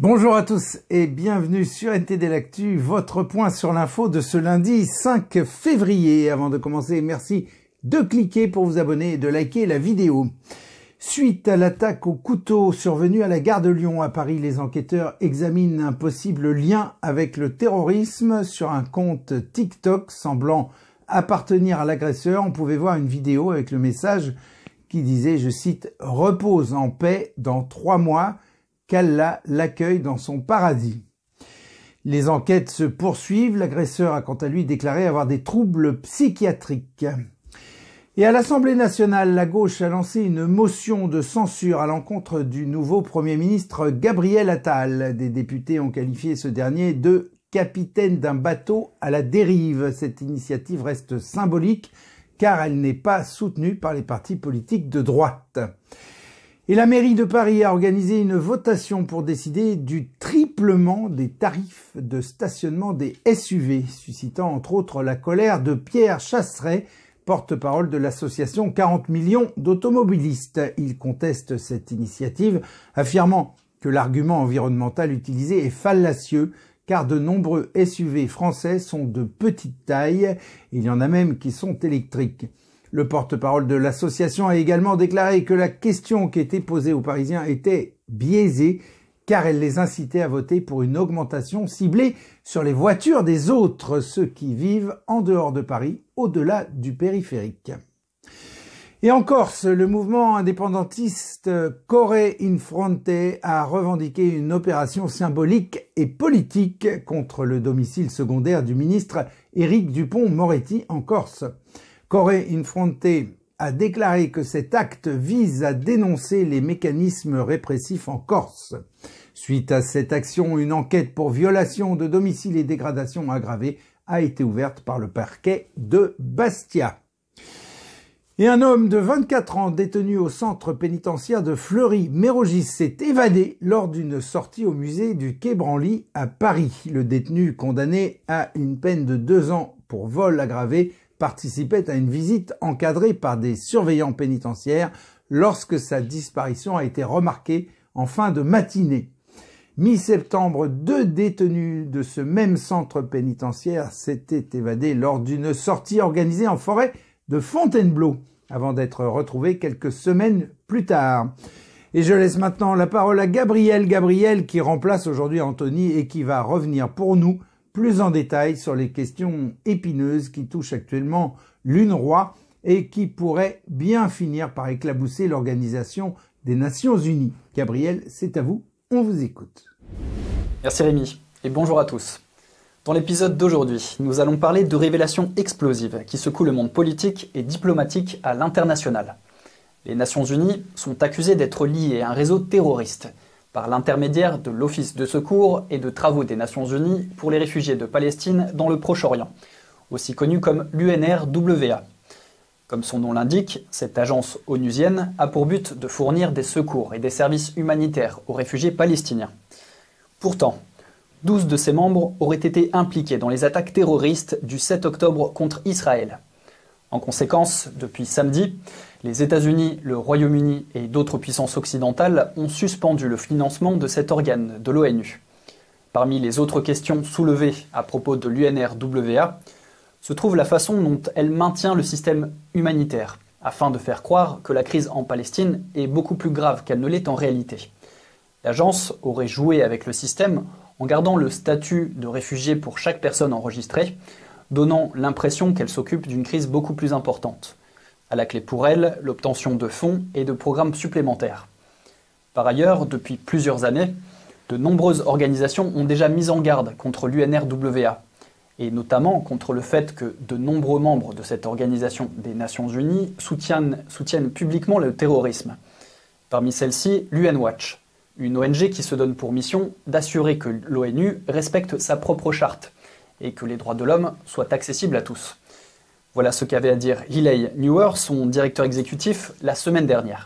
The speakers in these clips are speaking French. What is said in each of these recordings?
Bonjour à tous et bienvenue sur NTD L'Actu, votre point sur l'info de ce lundi 5 février. Avant de commencer, merci de cliquer pour vous abonner et de liker la vidéo. Suite à l'attaque au couteau survenue à la gare de Lyon à Paris, les enquêteurs examinent un possible lien avec le terrorisme sur un compte TikTok semblant appartenir à l'agresseur. On pouvait voir une vidéo avec le message qui disait, je cite, « Repose en paix dans 3 mois ». qu'Allah l'accueille dans son paradis. Les enquêtes se poursuivent. L'agresseur a quant à lui déclaré avoir des troubles psychiatriques. Et à l'Assemblée nationale, la gauche a lancé une motion de censure à l'encontre du nouveau Premier ministre Gabriel Attal. Des députés ont qualifié ce dernier de capitaine d'un bateau à la dérive. Cette initiative reste symbolique car elle n'est pas soutenue par les partis politiques de droite. Et la mairie de Paris a organisé une votation pour décider du triplement des tarifs de stationnement des SUV, suscitant entre autres la colère de Pierre Chasseret, porte-parole de l'association 40 millions d'automobilistes. Il conteste cette initiative, affirmant que l'argument environnemental utilisé est fallacieux, car de nombreux SUV français sont de petite taille, il y en a même qui sont électriques. Le porte-parole de l'association a également déclaré que la question qui était posée aux Parisiens était biaisée car elle les incitait à voter pour une augmentation ciblée sur les voitures des autres, ceux qui vivent en dehors de Paris, au-delà du périphérique. Et en Corse, le mouvement indépendantiste Corre in Fronte a revendiqué une opération symbolique et politique contre le domicile secondaire du ministre Éric Dupond-Moretti en Corse. Corre in Fronte a déclaré que cet acte vise à dénoncer les mécanismes répressifs en Corse. Suite à cette action, une enquête pour violation de domicile et dégradation aggravée a été ouverte par le parquet de Bastia. Et un homme de 24 ans détenu au centre pénitentiaire de Fleury-Mérogis s'est évadé lors d'une sortie au musée du Quai Branly à Paris. Le détenu, condamné à une peine de 2 ans pour vol aggravé, participait à une visite encadrée par des surveillants pénitentiaires lorsque sa disparition a été remarquée en fin de matinée. Mi-septembre, 2 détenus de ce même centre pénitentiaire s'étaient évadés lors d'une sortie organisée en forêt de Fontainebleau, avant d'être retrouvés quelques semaines plus tard. Et je laisse maintenant la parole à Gabriel qui remplace aujourd'hui Anthony et qui va revenir pour nous plus en détail sur les questions épineuses qui touchent actuellement l'UNRWA et qui pourraient bien finir par éclabousser l'Organisation des Nations Unies. Gabriel, c'est à vous, on vous écoute. Merci Rémi et bonjour à tous. Dans l'épisode d'aujourd'hui, nous allons parler de révélations explosives qui secouent le monde politique et diplomatique à l'international. Les Nations Unies sont accusées d'être liées à un réseau terroriste par l'intermédiaire de l'Office de secours et de travaux des Nations Unies pour les réfugiés de Palestine dans le Proche-Orient, aussi connu comme l'UNRWA. Comme son nom l'indique, cette agence onusienne a pour but de fournir des secours et des services humanitaires aux réfugiés palestiniens. Pourtant, 12 de ses membres auraient été impliqués dans les attaques terroristes du 7 octobre contre Israël. En conséquence, depuis samedi, les États-Unis, le Royaume-Uni et d'autres puissances occidentales ont suspendu le financement de cet organe de l'ONU. Parmi les autres questions soulevées à propos de l'UNRWA, se trouve la façon dont elle maintient le système humanitaire, afin de faire croire que la crise en Palestine est beaucoup plus grave qu'elle ne l'est en réalité. L'agence aurait joué avec le système en gardant le statut de réfugié pour chaque personne enregistrée, donnant l'impression qu'elle s'occupe d'une crise beaucoup plus importante. À la clé pour elle, l'obtention de fonds et de programmes supplémentaires. Par ailleurs, depuis plusieurs années, de nombreuses organisations ont déjà mis en garde contre l'UNRWA, et notamment contre le fait que de nombreux membres de cette organisation des Nations Unies soutiennent publiquement le terrorisme. Parmi celles-ci, l'UN Watch, une ONG qui se donne pour mission d'assurer que l'ONU respecte sa propre charte et que les droits de l'homme soient accessibles à tous. Voilà ce qu'avait à dire Hilary Neuer, son directeur exécutif, la semaine dernière.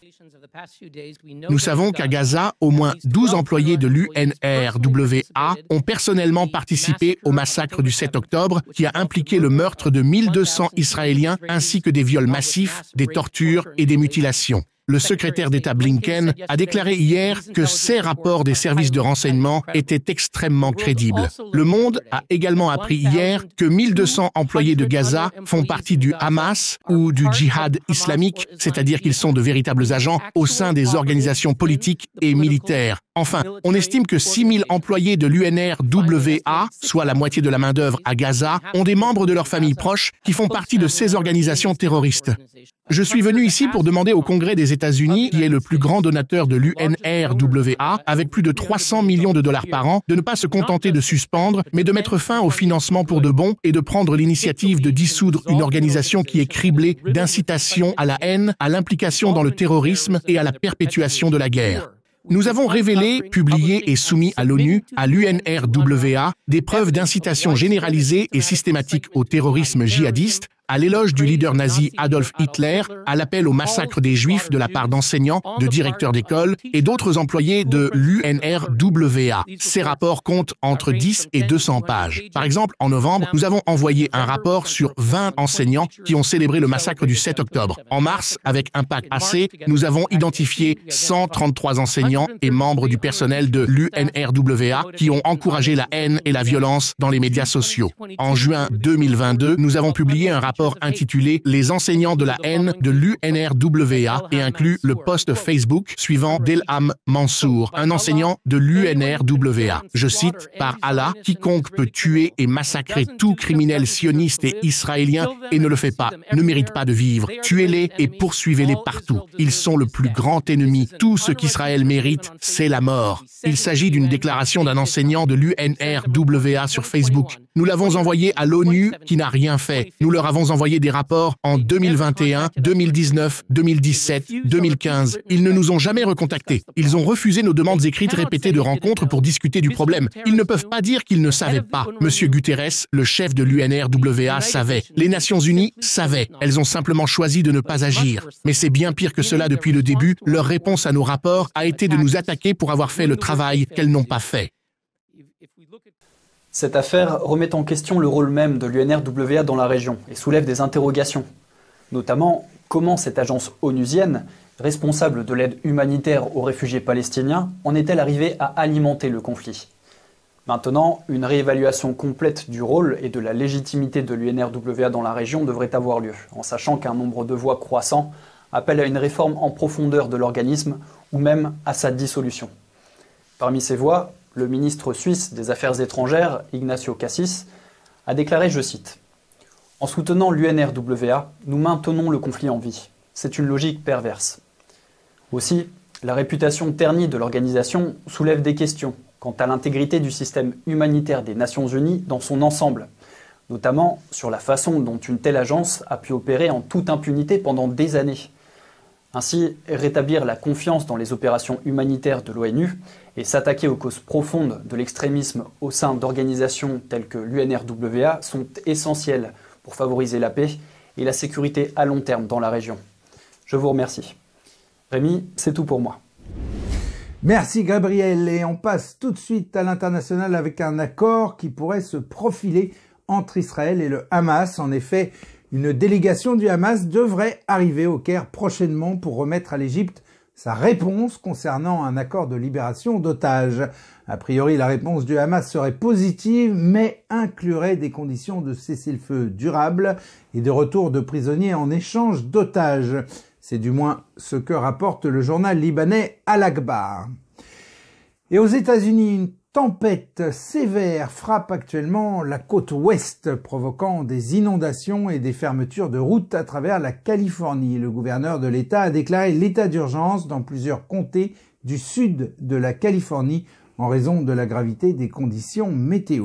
Nous savons qu'à Gaza, au moins 12 employés de l'UNRWA ont personnellement participé au massacre du 7 octobre qui a impliqué le meurtre de 1200 Israéliens ainsi que des viols massifs, des tortures et des mutilations. le secrétaire d'État Blinken a déclaré hier que ces rapports des services de renseignement étaient extrêmement crédibles. Le Monde a également appris hier que 1200 employés de Gaza font partie du Hamas ou du djihad islamique, c'est-à-dire qu'ils sont de véritables agents au sein des organisations politiques et militaires. Enfin, on estime que 6000 employés de l'UNRWA, soit la moitié de la main-d'œuvre à Gaza, ont des membres de leurs familles proches qui font partie de ces organisations terroristes. Je suis venu ici pour demander au Congrès des États-Unis, qui est le plus grand donateur de l'UNRWA, avec plus de 300 millions de dollars par an, de ne pas se contenter de suspendre, mais de mettre fin au financement pour de bon et de prendre l'initiative de dissoudre une organisation qui est criblée d'incitation à la haine, à l'implication dans le terrorisme et à la perpétuation de la guerre. Nous avons révélé, publié et soumis à l'ONU, à l'UNRWA, des preuves d'incitation généralisée et systématique au terrorisme djihadiste, à l'éloge du leader nazi Adolf Hitler, à l'appel au massacre des Juifs de la part d'enseignants, de directeurs d'école et d'autres employés de l'UNRWA. Ces rapports comptent entre 10 et 200 pages. Par exemple, en novembre, nous avons envoyé un rapport sur 20 enseignants qui ont célébré le massacre du 7 octobre. En mars, avec Impact AC, nous avons identifié 133 enseignants et membres du personnel de l'UNRWA qui ont encouragé la haine et la violence dans les médias sociaux. En juin 2022, nous avons publié un rapport intitulé « Les enseignants de la haine de l'UNRWA » et inclut le post Facebook suivant d'Elham Mansour, un enseignant de l'UNRWA. Je cite, « Par Allah, quiconque peut tuer et massacrer tout criminel sioniste et israélien et ne le fait pas, ne mérite pas de vivre. Tuez-les et poursuivez-les partout. Ils sont le plus grand ennemi. Tout ce qu'Israël mérite, c'est la mort. » Il s'agit d'une déclaration d'un enseignant de l'UNRWA sur Facebook. Nous l'avons envoyé à l'ONU qui n'a rien fait. Nous leur avons envoyé des rapports en 2021, 2019, 2017, 2015. Ils ne nous ont jamais recontactés. Ils ont refusé nos demandes écrites répétées de rencontres pour discuter du problème. Ils ne peuvent pas dire qu'ils ne savaient pas. Monsieur Guterres, le chef de l'UNRWA, savait. Les Nations Unies savaient. Elles ont simplement choisi de ne pas agir. Mais c'est bien pire que cela depuis le début. Leur réponse à nos rapports a été de nous attaquer pour avoir fait le travail qu'elles n'ont pas fait. Cette affaire remet en question le rôle même de l'UNRWA dans la région et soulève des interrogations. Notamment, comment cette agence onusienne, responsable de l'aide humanitaire aux réfugiés palestiniens, en est-elle arrivée à alimenter le conflit? Maintenant, une réévaluation complète du rôle et de la légitimité de l'UNRWA dans la région devrait avoir lieu, en sachant qu'un nombre de voix croissant appelle à une réforme en profondeur de l'organisme ou même à sa dissolution. Parmi ces voix, le ministre suisse des Affaires étrangères, Ignacio Cassis, a déclaré, je cite, « En soutenant l'UNRWA, nous maintenons le conflit en vie. C'est une logique perverse. » Aussi, la réputation ternie de l'organisation soulève des questions quant à l'intégrité du système humanitaire des Nations Unies dans son ensemble, notamment sur la façon dont une telle agence a pu opérer en toute impunité pendant des années. Ainsi, rétablir la confiance dans les opérations humanitaires de l'ONU et s'attaquer aux causes profondes de l'extrémisme au sein d'organisations telles que l'UNRWA sont essentiels pour favoriser la paix et la sécurité à long terme dans la région. Je vous remercie. Rémi, c'est tout pour moi. Merci Gabriel, et on passe tout de suite à l'international avec un accord qui pourrait se profiler entre Israël et le Hamas. En effet, une délégation du Hamas devrait arriver au Caire prochainement pour remettre à l'Égypte sa réponse concernant un accord de libération d'otages. A priori, la réponse du Hamas serait positive, mais inclurait des conditions de cessez-le-feu durable et de retour de prisonniers en échange d'otages. C'est du moins ce que rapporte le journal libanais Al-Akhbar. Et aux États-Unis, une tempête sévère frappe actuellement la côte ouest, provoquant des inondations et des fermetures de routes à travers la Californie. Le gouverneur de l'État a déclaré l'état d'urgence dans plusieurs comtés du sud de la Californie en raison de la gravité des conditions météo.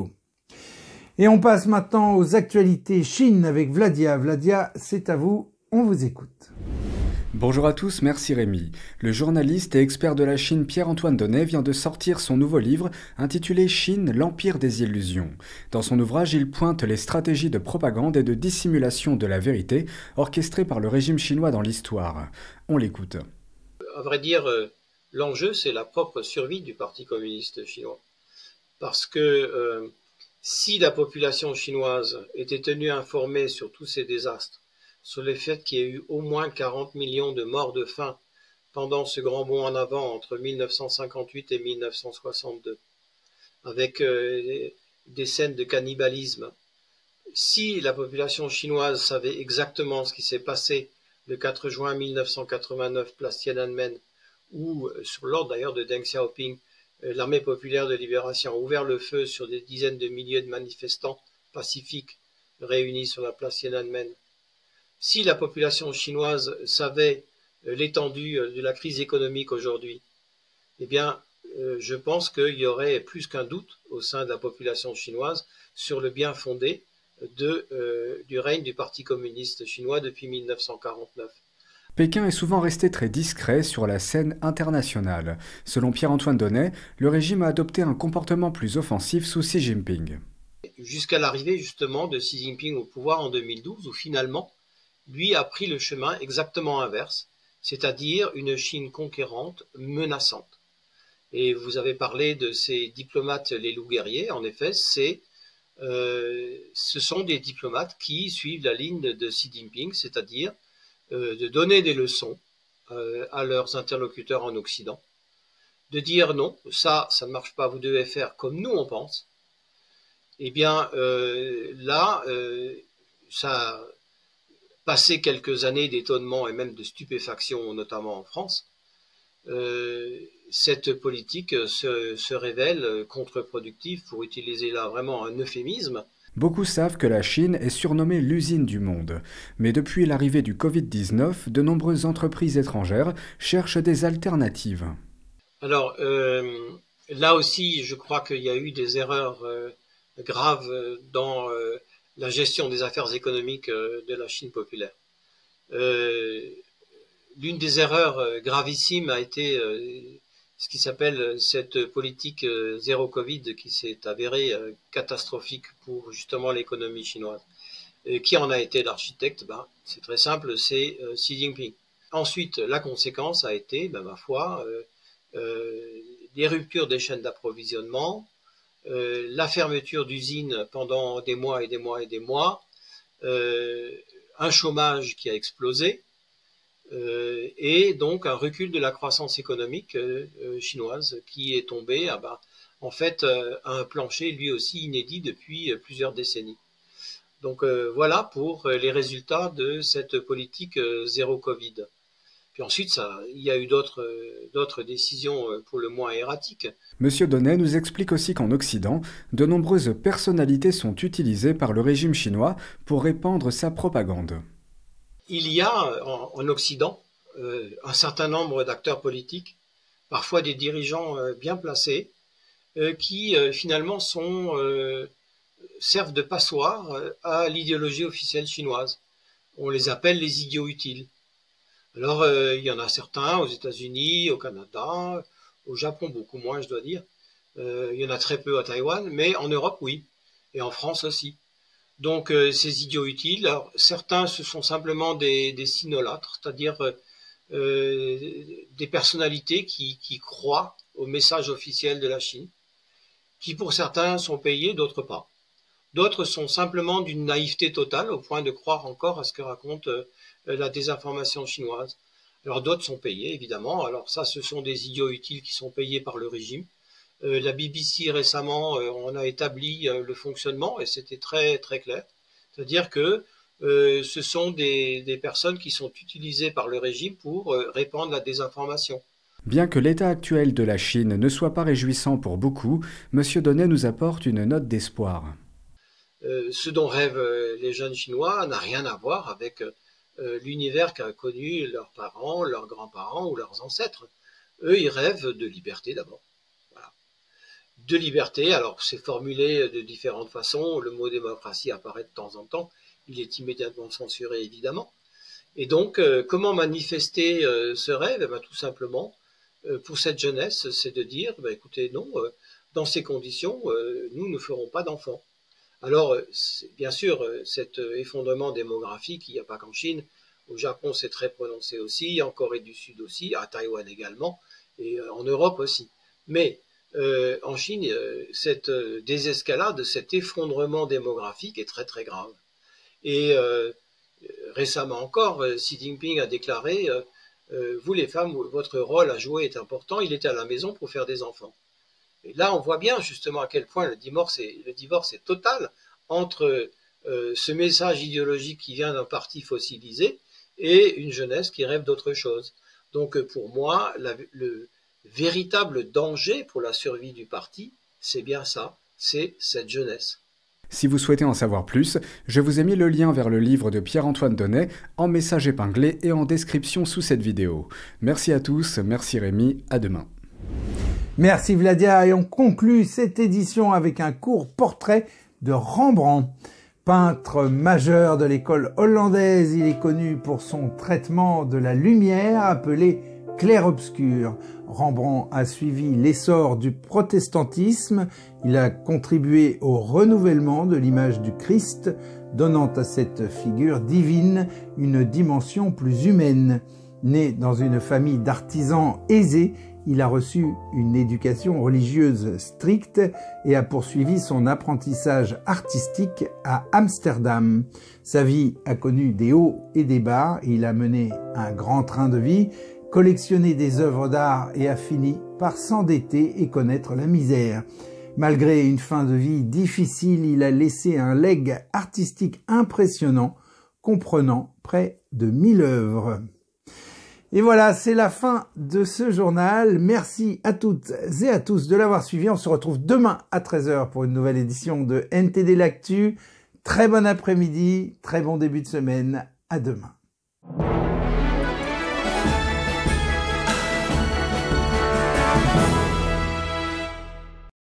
Et on passe maintenant aux actualités Chine avec Vladia. Vladia, c'est à vous, on vous écoute. Bonjour à tous, merci Rémi. Le journaliste et expert de la Chine Pierre-Antoine Donnet vient de sortir son nouveau livre intitulé « Chine, l'empire des illusions ». Dans son ouvrage, il pointe les stratégies de propagande et de dissimulation de la vérité orchestrées par le régime chinois dans l'histoire. On l'écoute. À vrai dire, l'enjeu, c'est la propre survie du Parti communiste chinois. Parce que si la population chinoise était tenue informée sur tous ces désastres, sur le fait qu'il y a eu au moins 40 millions de morts de faim pendant ce grand bond en avant entre 1958 et 1962, avec des scènes de cannibalisme. Si la population chinoise savait exactement ce qui s'est passé le 4 juin 1989, place Tiananmen, où, sur l'ordre d'ailleurs de Deng Xiaoping, l'armée populaire de libération a ouvert le feu sur des dizaines de milliers de manifestants pacifiques réunis sur la place Tiananmen. Si la population chinoise savait l'étendue de la crise économique aujourd'hui, eh bien, je pense qu'il y aurait plus qu'un doute au sein de la population chinoise sur le bien fondé du règne du Parti communiste chinois depuis 1949. Pékin est souvent resté très discret sur la scène internationale. Selon Pierre-Antoine Donnet, le régime a adopté un comportement plus offensif sous Xi Jinping. Jusqu'à l'arrivée justement de Xi Jinping au pouvoir en 2012, où finalement, lui a pris le chemin exactement inverse, c'est-à-dire une Chine conquérante, menaçante. Et vous avez parlé de ces diplomates, les loups guerriers. En effet, ce sont des diplomates qui suivent la ligne de Xi Jinping, c'est-à-dire de donner des leçons à leurs interlocuteurs en Occident, de dire non, ça ne marche pas, vous devez faire comme nous on pense. Eh bien, ça a passé quelques années d'étonnement et même de stupéfaction, notamment en France. Cette politique se révèle contre-productive, pour utiliser là vraiment un euphémisme. Beaucoup savent que la Chine est surnommée l'usine du monde. Mais depuis l'arrivée du Covid-19, de nombreuses entreprises étrangères cherchent des alternatives. Alors, là aussi, je crois qu'il y a eu des erreurs graves dans la gestion des affaires économiques de la Chine populaire. L'une des erreurs gravissimes a été ce qui s'appelle cette politique zéro Covid, qui s'est avérée catastrophique pour justement l'économie chinoise. Qui en a été l'architecte? C'est très simple, c'est Xi Jinping. Ensuite, la conséquence a été, ma foi, des ruptures des chaînes d'approvisionnement, la fermeture d'usines pendant des mois et des mois et des mois, un chômage qui a explosé, et donc un recul de la croissance économique chinoise qui est tombé en fait à un plancher lui aussi inédit depuis plusieurs décennies. Donc voilà pour les résultats de cette politique zéro Covid. Puis ensuite, il y a eu d'autres décisions pour le moins erratiques. Monsieur Donnet nous explique aussi qu'en Occident, de nombreuses personnalités sont utilisées par le régime chinois pour répandre sa propagande. Il y a en Occident un certain nombre d'acteurs politiques, parfois des dirigeants bien placés, qui finalement servent de passoire à l'idéologie officielle chinoise. On les appelle les idiots utiles. Alors, il y en a certains aux États-Unis, au Canada, au Japon beaucoup moins, je dois dire. Il y en a très peu à Taïwan, mais en Europe, oui, et en France aussi. Donc, ces idiots utiles, alors, certains, ce sont simplement des sinolâtres, c'est-à-dire des personnalités qui croient au message officiel de la Chine, qui pour certains sont payés, d'autres pas. D'autres sont simplement d'une naïveté totale, au point de croire encore à ce que raconte la désinformation chinoise. Alors d'autres sont payés, évidemment. Alors ça, ce sont des idiots utiles qui sont payés par le régime. La BBC récemment, on a établi le fonctionnement et c'était très très clair. C'est-à-dire que ce sont des personnes qui sont utilisées par le régime pour répandre la désinformation. Bien que l'état actuel de la Chine ne soit pas réjouissant pour beaucoup, M. Donnet nous apporte une note d'espoir. Ce dont rêvent les jeunes Chinois n'a rien à voir avec l'univers qu'a connu leurs parents, leurs grands-parents ou leurs ancêtres. Eux, ils rêvent de liberté d'abord. Voilà. De liberté, alors c'est formulé de différentes façons. Le mot démocratie apparaît de temps en temps. Il est immédiatement censuré, évidemment. Et donc, comment manifester ce rêve? Tout simplement, pour cette jeunesse, c'est de dire, écoutez, non, dans ces conditions, nous ne ferons pas d'enfants. Alors, bien sûr, cet effondrement démographique, il n'y a pas qu'en Chine. Au Japon, c'est très prononcé aussi, en Corée du Sud aussi, à Taïwan également, et en Europe aussi. Mais en Chine, cette désescalade, cet effondrement démographique est très très grave. Et récemment encore, Xi Jinping a déclaré vous les femmes, votre rôle à jouer est important, il était à la maison pour faire des enfants. Et là, on voit bien justement à quel point le divorce est total entre ce message idéologique qui vient d'un parti fossilisé et une jeunesse qui rêve d'autre chose. Donc pour moi, le véritable danger pour la survie du parti, c'est bien ça, c'est cette jeunesse. Si vous souhaitez en savoir plus, je vous ai mis le lien vers le livre de Pierre-Antoine Donnet en message épinglé et en description sous cette vidéo. Merci à tous, merci Rémi, à demain. Merci Vladia, et on conclut cette édition avec un court portrait de Rembrandt. Peintre majeur de l'école hollandaise, il est connu pour son traitement de la lumière appelé clair-obscur. Rembrandt a suivi l'essor du protestantisme, il a contribué au renouvellement de l'image du Christ, donnant à cette figure divine une dimension plus humaine. Né dans une famille d'artisans aisés, il a reçu une éducation religieuse stricte et a poursuivi son apprentissage artistique à Amsterdam. Sa vie a connu des hauts et des bas, il a mené un grand train de vie, collectionné des œuvres d'art et a fini par s'endetter et connaître la misère. Malgré une fin de vie difficile, il a laissé un legs artistique impressionnant, comprenant près de 1000 œuvres. Et voilà, c'est la fin de ce journal. Merci à toutes et à tous de l'avoir suivi. On se retrouve demain à 13 h pour une nouvelle édition de NTD l'Actu. Très bon après-midi, très bon début de semaine. À demain.